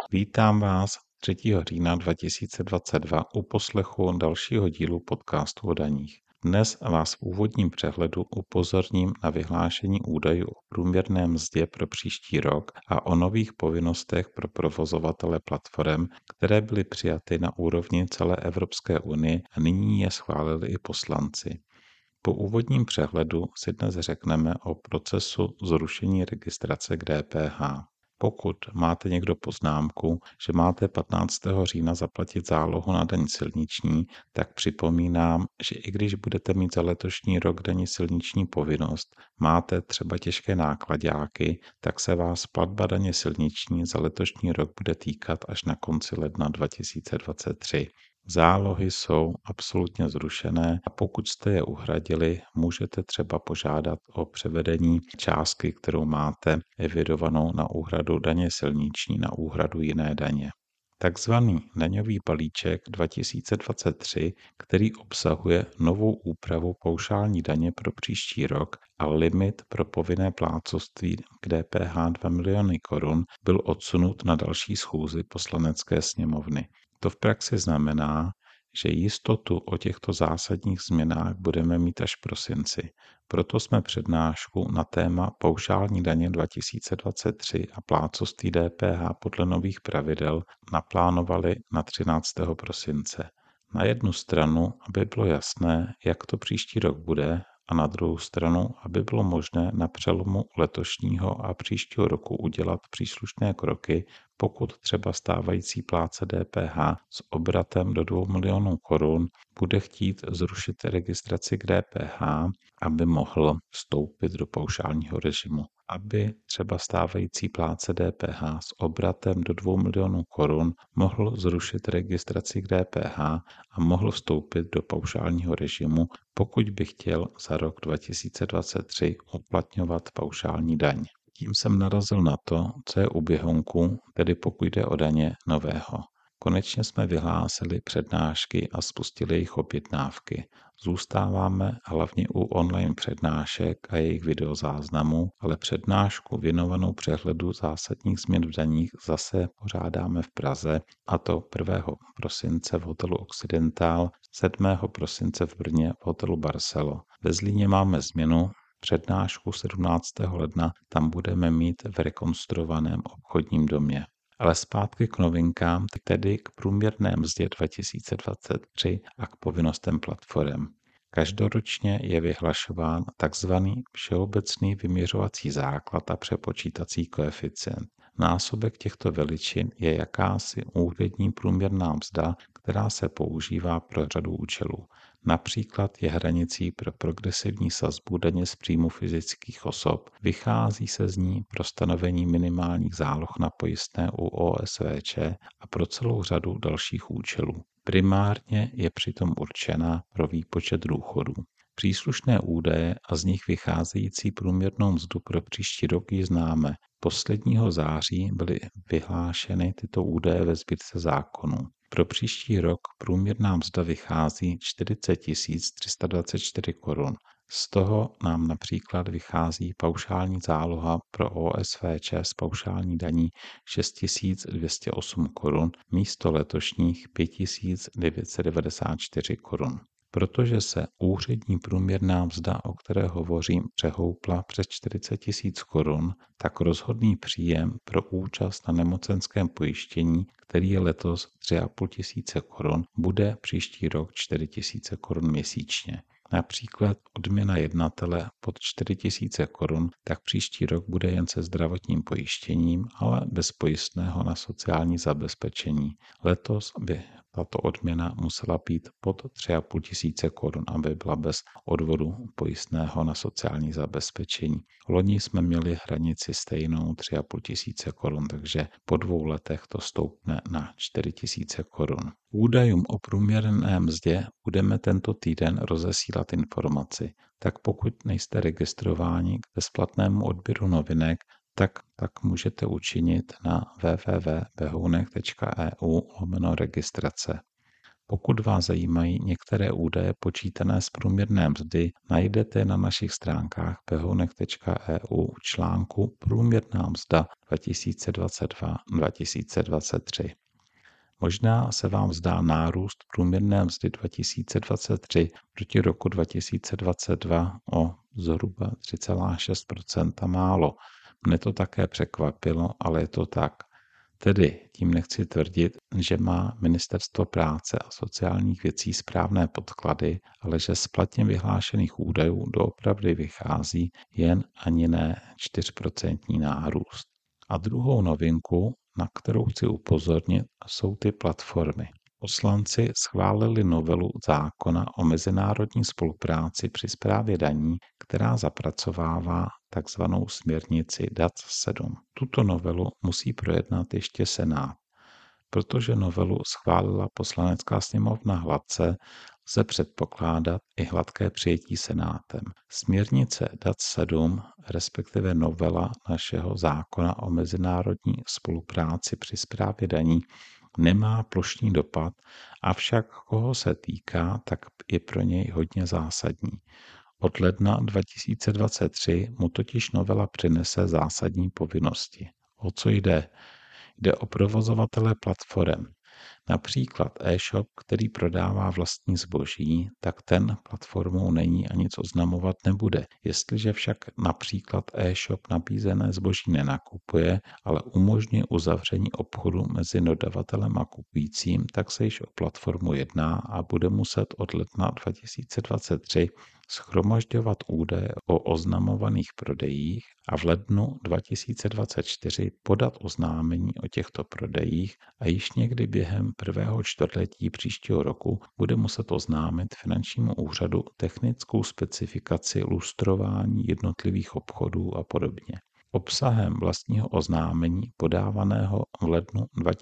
Vítám vás 3. října 2022 u poslechu dalšího dílu podcastu o daních. Dnes vás v úvodním přehledu upozorním na vyhlášení údajů o průměrné mzdě pro příští rok a o nových povinnostech pro provozovatele platform, které byly přijaty na úrovni celé Evropské unie a nyní je schválili i poslanci. Po úvodním přehledu si dnes řekneme o procesu zrušení registrace k DPH. Pokud máte někdo poznámku, že máte 15. října zaplatit zálohu na daň silniční, tak připomínám, že i když budete mít za letošní rok daní silniční povinnost, máte třeba těžké nákladáky, tak se vás platba daně silniční za letošní rok bude týkat až na konci ledna 2023. Zálohy jsou absolutně zrušené a pokud jste je uhradili, můžete třeba požádat o převedení částky, kterou máte evidovanou na úhradu daně silniční na úhradu jiné daně. Takzvaný daňový balíček 2023, který obsahuje novou úpravu paušální daně pro příští rok a limit pro povinné plátcovství k DPH 2 miliony korun, byl odsunut na další schůzi Poslanecké sněmovny. To v praxi znamená, že jistotu o těchto zásadních změnách budeme mít až v prosinci. Proto jsme přednášku na téma paušální daně 2023 a plátcovství DPH podle nových pravidel naplánovali na 13. prosince. Na jednu stranu, aby bylo jasné, jak to příští rok bude, a na druhou stranu, aby bylo možné na přelomu letošního a příštího roku udělat příslušné kroky, pokud třeba stávající plátce DPH s obratem do 2 milionů korun bude chtít zrušit registraci k DPH, aby mohl vstoupit do paušálního režimu. Aby třeba stávající plátce DPH s obratem do 2 milionů korun mohl zrušit registraci k DPH a mohl vstoupit do paušálního režimu, pokud by chtěl za rok 2023 uplatňovat paušální daň. Tím jsem narazil na to, co je u běhonku, tedy pokud jde o daně nového. Konečně jsme vyhlásili přednášky a spustili jejich objednávky. Zůstáváme hlavně u online přednášek a jejich videozáznamů, ale přednášku věnovanou přehledu zásadních změn v daních zase pořádáme v Praze, a to 1. prosince v hotelu Occidental, 7. prosince v Brně v hotelu Barcelo. Ve Zlíně máme změnu, přednášku 17. ledna tam budeme mít v rekonstruovaném obchodním domě. Ale zpátky k novinkám, tedy k průměrné mzdě 2023 a k povinnostem platform. Každoročně je vyhlašován tzv. Všeobecný vyměřovací základ a přepočítací koeficient. Násobek těchto veličin je jakási úřední průměrná mzda, která se používá pro řadu účelů. Například je hranicí pro progresivní sazbu daně z příjmu fyzických osob, vychází se z ní pro stanovení minimálních záloh na pojistné u OSVČ a pro celou řadu dalších účelů. Primárně je přitom určena pro výpočet důchodů. Příslušné údaje a z nich vycházející průměrnou mzdu pro příští rok ji známe. Posledního září byly vyhlášeny tyto údaje ve Sbírce zákonů. Pro příští rok průměrná mzda vychází 40 324 korun. Z toho nám například vychází paušální záloha pro OSVČ s paušální daní 6 208 korun místo letošních 5 994 korun. Protože se úřední průměrná mzda, o které hovořím, přehoupla přes 40 000 korun, tak rozhodný příjem pro účast na nemocenském pojištění, který je letos 3 500 korun, bude příští rok 4 000 korun měsíčně. Například odměna jednatele pod 4 000 korun, tak příští rok bude jen se zdravotním pojištěním, ale bez pojistného na sociální zabezpečení. Letos by tato odměna musela být pod 3 500 korun, aby byla bez odvodu pojistného na sociální zabezpečení. Loni jsme měli hranici stejnou 3 500 korun, takže po 2 letech to stoupne na 4 000 korun. Údajům o průměrné mzdě budeme tento týden rozesílat informaci, tak pokud nejste registrováni k bezplatnému odběru novinek, tak můžete učinit na www.behounek.eu/registrace. Pokud vás zajímají některé údaje počítané z průměrné mzdy, najdete na našich stránkách běhounek.eu v článku Průměrná mzda 2022-2023. Možná se vám zdá nárůst průměrné mzdy 2023 proti roku 2022 o zhruba 3,6% málo. Mne to také překvapilo, ale je to tak. Tedy tím nechci tvrdit, že má Ministerstvo práce a sociálních věcí správné podklady, ale že z platně vyhlášených údajů doopravdy vychází jen ani ne 4% nárůst. A druhou novinku, na kterou chci upozornit, jsou ty platformy. Poslanci schválili novelu zákona o mezinárodní spolupráci při správě daní, která zapracovává takzvanou směrnici DAC 7. Tuto novelu musí projednat ještě Senát. Protože novelu schválila Poslanecká sněmovna hladce, lze předpokládat i hladké přijetí Senátem. Směrnice DAC 7, respektive novela našeho zákona o mezinárodní spolupráci při správě daní, nemá plošný dopad, avšak koho se týká, tak je pro něj hodně zásadní. Od ledna 2023 mu totiž novela přinese zásadní povinnosti. O co jde? Jde o provozovatele platform. Například e-shop, který prodává vlastní zboží, tak ten platformou není a nic oznamovat nebude. Jestliže však například e-shop nabízené zboží nenakupuje, ale umožňuje uzavření obchodu mezi dodavatelem a kupujícím, tak se již o platformu jedná a bude muset od ledna 2023 shromažďovat údaje o oznamovaných prodejích a v lednu 2024 podat oznámení o těchto prodejích a již někdy během prvého čtvrtletí příštího roku bude muset oznámit finančnímu úřadu technickou specifikaci lustrování jednotlivých obchodů a podobně. Obsahem vlastního oznámení podávaného v lednu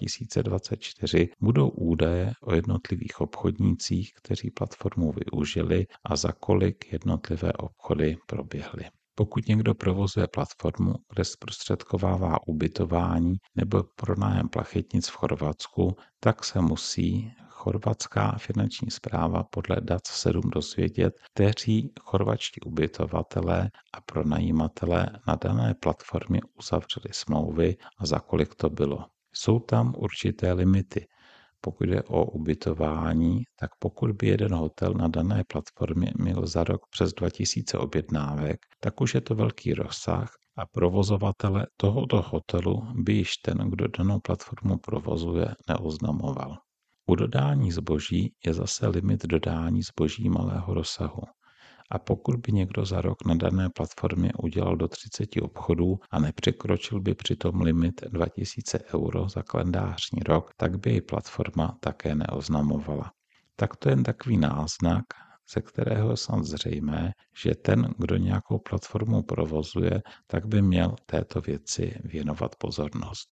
2024 budou údaje o jednotlivých obchodnících, kteří platformu využili a za kolik jednotlivé obchody proběhly. Pokud někdo provozuje platformu, kde zprostředkovává ubytování nebo pronájem plachetnic v Chorvatsku, tak se musí chorvatská finanční správa podle DAC 7 dozvědět, kteří chorvatští ubytovatelé a pronajímatelé na dané platformě uzavřeli smlouvy a za kolik to bylo. Jsou tam určité limity. Pokud je o ubytování, tak pokud by jeden hotel na dané platformě měl za rok přes 2000 objednávek, tak už je to velký rozsah a provozovatele tohoto hotelu by již ten, kdo danou platformu provozuje, neoznamoval. U dodání zboží je zase limit dodání zboží malého rozsahu. A pokud by někdo za rok na dané platformě udělal do 30 obchodů a nepřekročil by přitom limit 2000 euro za kalendářní rok, tak by jej platforma také neoznamovala. Tak to je jen takový náznak, ze kterého je snad zřejmé, že ten, kdo nějakou platformu provozuje, tak by měl této věci věnovat pozornost.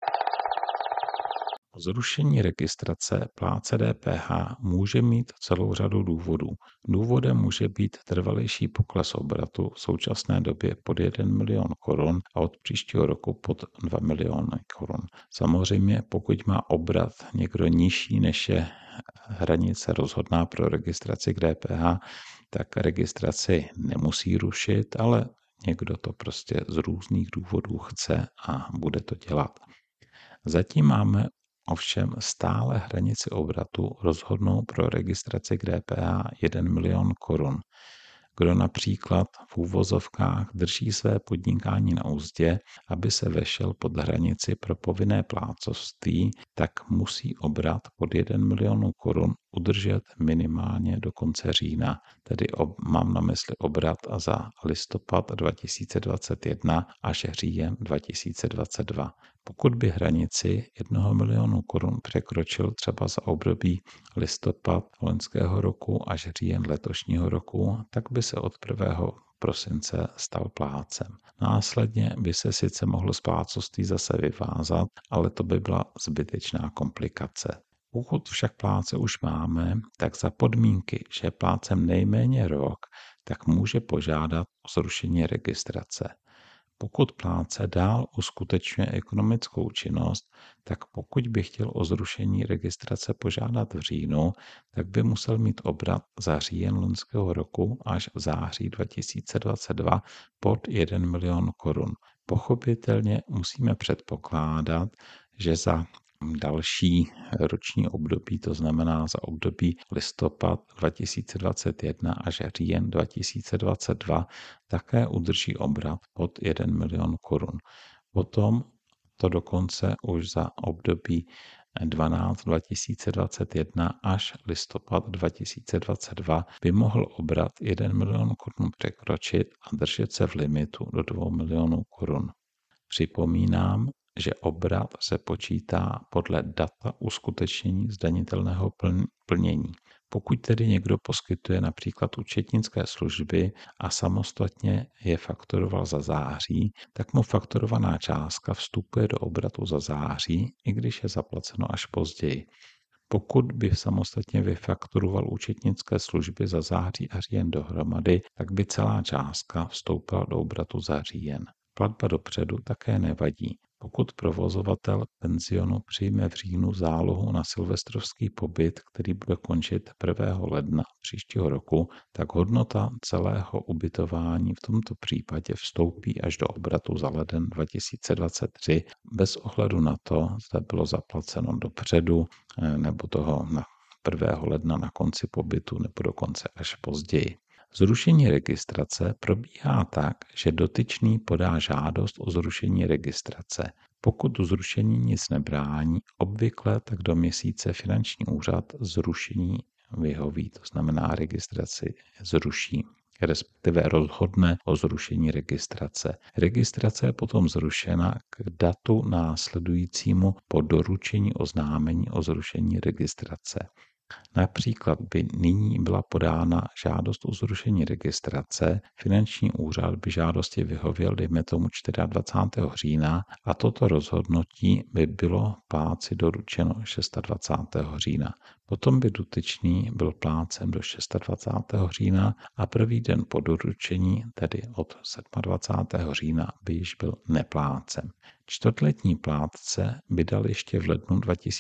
Zrušení registrace plátce DPH může mít celou řadu důvodů. Důvodem může být trvalejší pokles obratu v současné době pod 1 milion korun a od příštího roku pod 2 miliony korun. Samozřejmě, pokud má obrat někdo nižší než je hranice rozhodná pro registraci k DPH, tak registraci nemusí rušit, ale někdo to prostě z různých důvodů chce a bude to dělat. Zatím máme ovšem stále hranici obratu rozhodnou pro registraci k DPH 1 milion korun. Kdo například v úvozovkách drží své podnikání na uzdě, aby se vešel pod hranici pro povinné plátcovství, tak musí obrat pod 1 milion korun udržet minimálně do konce října. Tedy mám na mysli obrat za listopad 2021 až říjen 2022. Pokud by hranici 1 milionu korun překročil třeba za období listopad loňského roku až říjen letošního roku, tak by se od 1. prosince stal plátcem. Následně by se sice mohl z plátcovství zase vyvázat, ale to by byla zbytečná komplikace. Pokud však plátce už máme, tak za podmínky, že je plátcem nejméně rok, tak může požádat o zrušení registrace. Pokud plátce dál uskutečňuje ekonomickou činnost, tak pokud by chtěl o zrušení registrace požádat v říjnu, tak by musel mít obrat za říjen loňského roku až v září 2022 pod 1 milion korun. Pochopitelně musíme předpokládat, že za další roční období, to znamená za období listopad 2021 až říjen 2022, také udrží obrat pod 1 milion korun. Potom to dokonce už za období 12 2021 až listopad 2022 by mohl obrat 1 milion korun překročit a držet se v limitu do 2 milionů korun. Připomínám, že obrat se počítá podle data uskutečnění zdanitelného plnění. Pokud tedy někdo poskytuje například účetnické služby a samostatně je faktoroval za září, tak mu fakturovaná částka vstupuje do obratu za září, i když je zaplaceno až později. Pokud by samostatně vyfakturoval účetnické služby za září a říjen dohromady, tak by celá částka vstoupila do obratu za říjen. Platba dopředu také nevadí. Pokud provozovatel penzionu přijme v říjnu zálohu na silvestrovský pobyt, který bude končit 1. ledna příštího roku, tak hodnota celého ubytování v tomto případě vstoupí až do obratu za leden 2023 bez ohledu na to, zda bylo zaplaceno dopředu nebo toho na 1. ledna na konci pobytu nebo dokonce až později. Zrušení registrace probíhá tak, že dotyčný podá žádost o zrušení registrace. Pokud zrušení nic nebrání, obvykle tak do měsíce finanční úřad zrušení vyhoví, to znamená registraci zruší, respektive rozhodne o zrušení registrace. Registrace je potom zrušena k datu následujícímu po doručení oznámení o zrušení registrace. Například by nyní byla podána žádost o zrušení registrace, finanční úřad by žádosti vyhověl, dejme tomu 24. října, a toto rozhodnutí by bylo plátci doručeno 26. října. Potom by dotyčný byl plátcem do 26. října a první den po doručení, tedy od 27. října, by již byl neplátcem. Čtvrtletní plátce by dal ještě v lednu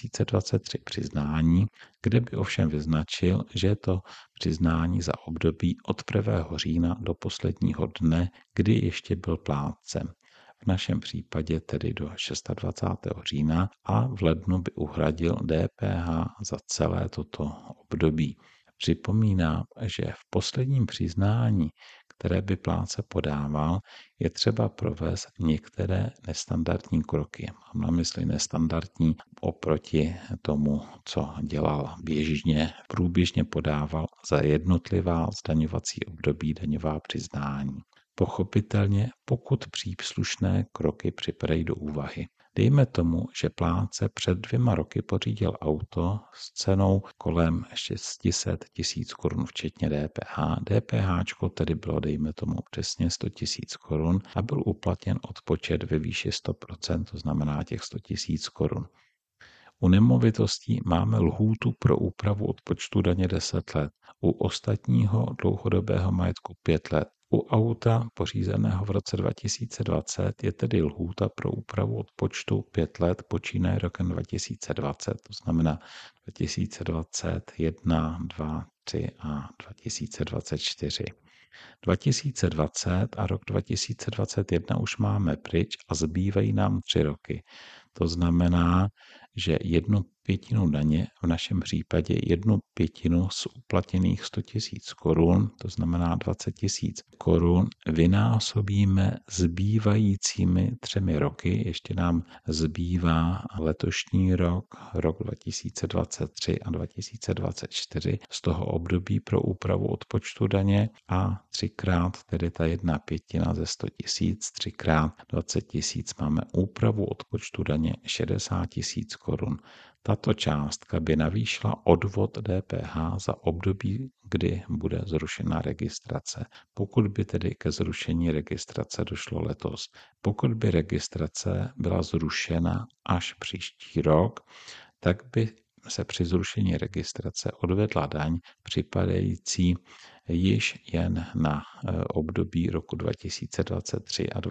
2023 přiznání, kde by ovšem vyznačil, že je to přiznání za období od 1. října do posledního dne, kdy ještě byl plátcem. V našem případě tedy do 26. října a v lednu by uhradil DPH za celé toto období. Připomínám, že v posledním přiznání, které by plátce podával, je třeba provést některé nestandardní kroky. Mám na mysli nestandardní oproti tomu, co dělal běžně, průběžně podával za jednotlivá zdaňovací období daňová přiznání. Pochopitelně, pokud příslušné kroky připadají do úvahy. Dejme tomu, že plátce před 2 roky pořídil auto s cenou kolem 600 000 korun včetně DPH. DPH tedy bylo, dejme tomu, přesně 100 000 korun a byl uplatněn odpočet ve výši 100%, to znamená těch 100 000 korun. U nemovitostí máme lhůtu pro úpravu odpočtu daně 10 let, u ostatního dlouhodobého majetku 5 let. U auta pořízeného v roce 2020 je tedy lhůta pro úpravu odpočtu 5 let počínaje rokem 2020, to znamená 2021, 2, 3 a 2024. 2020 a rok 2021 už máme pryč a zbývají nám 3 roky. To znamená, že 1/5 daně, v našem případě 1/5 z uplatněných 100 000 korun, to znamená 20 000 korun, vynásobíme zbývajícími 3 roky. Ještě nám zbývá letošní rok, rok 2023 a 2024 z toho období pro úpravu odpočtu daně a 3x, tedy ta 1/5 ze 100 000, 3x 20 000 máme úpravu odpočtu daně 60 000 korun. Tato částka by navýšila odvod DPH za období, kdy bude zrušena registrace. Pokud by tedy ke zrušení registrace došlo letos. Pokud by registrace byla zrušena až příští rok, tak by se při zrušení registrace odvedla daň připadající již jen na období roku 2023 a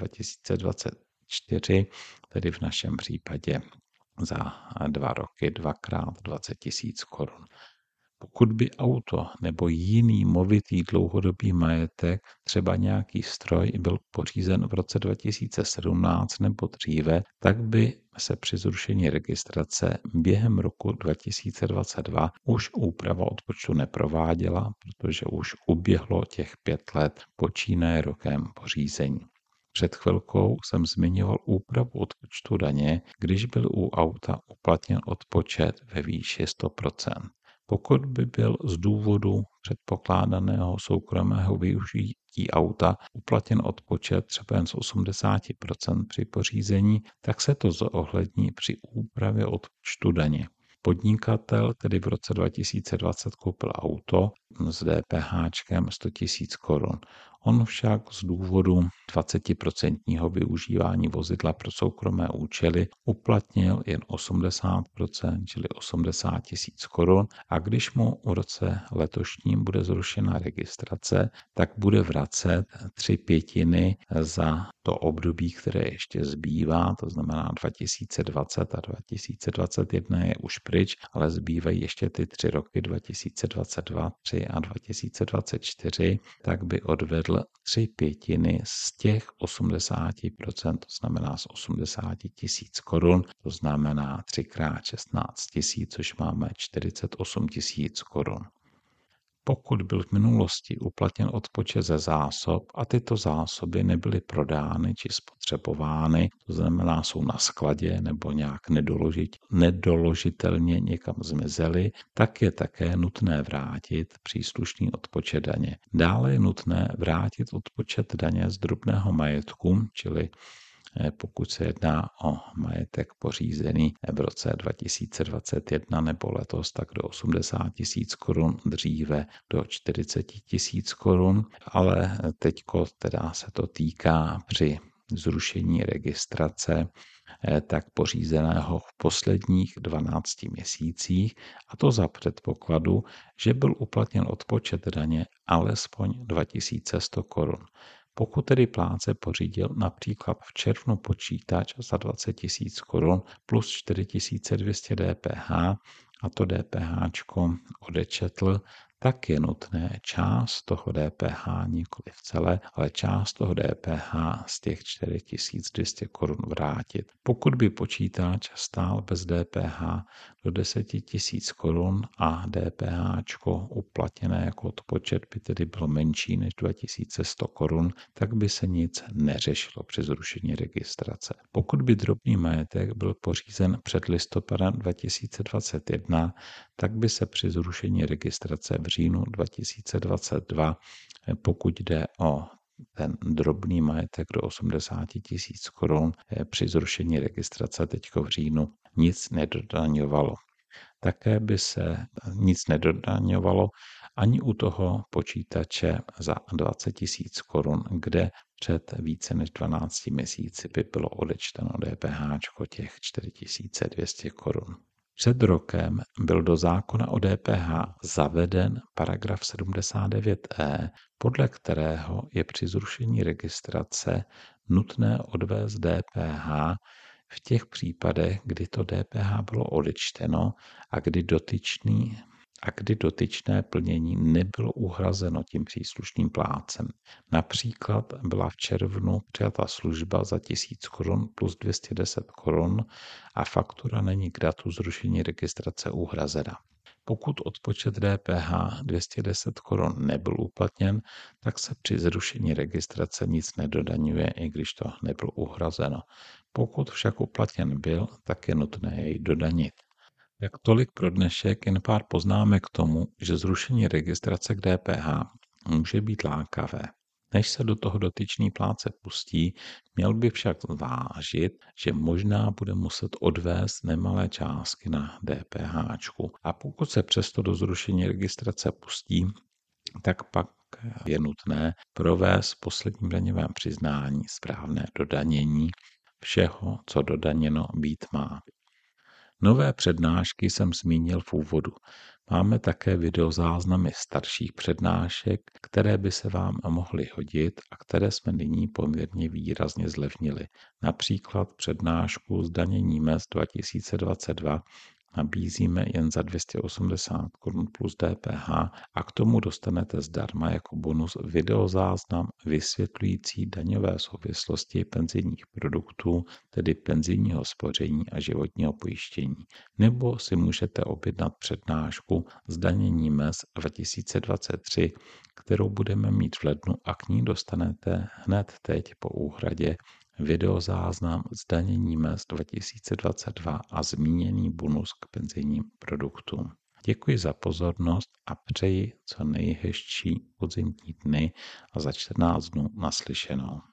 2024, tedy v našem případě za 2 roky 2x 20 000 korun. Pokud by auto nebo jiný movitý dlouhodobý majetek, třeba nějaký stroj, byl pořízen v roce 2017 nebo dříve, tak by se při zrušení registrace během roku 2022 už úprava odpočtu neprováděla, protože už uběhlo těch 5 let počínaje rokem pořízení. Před chvilkou jsem zmiňoval úpravu odpočtu daně, když byl u auta uplatněn odpočet ve výši 100%. Pokud by byl z důvodu předpokládaného soukromého využití auta uplatněn odpočet třeba jen z 80% při pořízení, tak se to zohlední při úpravě odpočtu daně. Podnikatel tedy v roce 2020 koupil auto s DPHčkem 100 000 korun. On však z důvodu 20% využívání vozidla pro soukromé účely uplatnil jen 80%, čili 80 000 korun, a když mu v roce letošním bude zrušena registrace, tak bude vracet 3/5 za to období, které ještě zbývá, to znamená 2020 a 2021 je už pryč, ale zbývají ještě ty 3 roky 2022, 3 a 2024, tak by odvedl 3/5 z těch 80%, to znamená z 80 000 korun, to znamená 3x16 000, což máme 48 000 korun. Pokud byl v minulosti uplatněn odpočet ze zásob a tyto zásoby nebyly prodány či spotřebovány, to znamená jsou na skladě nebo nějak nedoložitelně někam zmizely, tak je také nutné vrátit příslušný odpočet daně. Dále je nutné vrátit odpočet daně z drobného majetku, čili pokud se jedná o majetek pořízený v roce 2021 nebo letos, tak do 80 000 korun, dříve do 40 000 korun, ale teďko teda se to týká při zrušení registrace tak pořízeného v posledních 12 měsících, a to za předpokladu, že byl uplatněn odpočet daně alespoň 2100 korun. Pokud tedy plátce pořídil například v červnu počítač za 20 000 korun plus 4200 DPH a to DPHčko odečetl, tak je nutné část toho DPH, nikoli v celé, ale část toho DPH z těch 4200 korun vrátit. Pokud by počítač stál bez DPH do 10 000 korun a DPHčko uplatněné jako odpočet by tedy bylo menší než 2100 korun, tak by se nic neřešilo při zrušení registrace. Pokud by drobný majetek byl pořízen před listopadem 2021, tak by se při zrušení registrace v říjnu 2022, pokud jde o ten drobný majetek do 80 000 korun, při zrušení registrace teďko v říjnu nic nedodaňovalo. Také by se nic nedodaňovalo ani u toho počítače za 20 000 korun, kde před více než 12 měsíci by bylo odečteno DPH těch 4200 korun. Před rokem byl do zákona o DPH zaveden paragraf 79e, podle kterého je při zrušení registrace nutné odvést DPH v těch případech, kdy to DPH bylo odečteno a kdy dotyčné plnění nebylo uhrazeno tím příslušným plátcem. Například byla v červnu přijata služba za 1000 korun plus 210 korun a faktura není k datu zrušení registrace uhrazena. Pokud odpočet DPH 210 korun nebyl uplatněn, tak se při zrušení registrace nic nedodaňuje, i když to nebylo uhrazeno. Pokud však uplatněn byl, tak je nutné jej dodanit. Jak tolik pro dnešek, jen pár poznámek k tomu, že zrušení registrace k DPH může být lákavé. Než se do toho dotyčný plátce pustí, měl by však zvážit, že možná bude muset odvést nemalé částky na DPHčku. A pokud se přesto do zrušení registrace pustí, tak pak je nutné provést v posledním daňovém přiznání správné dodanění všeho, co dodaněno být má. Nové přednášky jsem zmínil v úvodu. Máme také videozáznamy starších přednášek, které by se vám mohly hodit a které jsme nyní poměrně výrazně zlevnili. Například přednášku Zdanění mezd 2022 nabízíme jen za 280 Kč plus DPH a k tomu dostanete zdarma jako bonus videozáznam vysvětlující daňové souvislosti penzijních produktů, tedy penzijního spoření a životního pojištění. Nebo si můžete objednat přednášku Zdanění mezd 2023, kterou budeme mít v lednu a k ní dostanete hned teď po úhradě videozáznam Zdanění mezd 2022 a zmíněný bonus k penzijním produktům. Děkuji za pozornost a přeji co nejhezčí podzimní dny a za 14 dnů naslyšenou.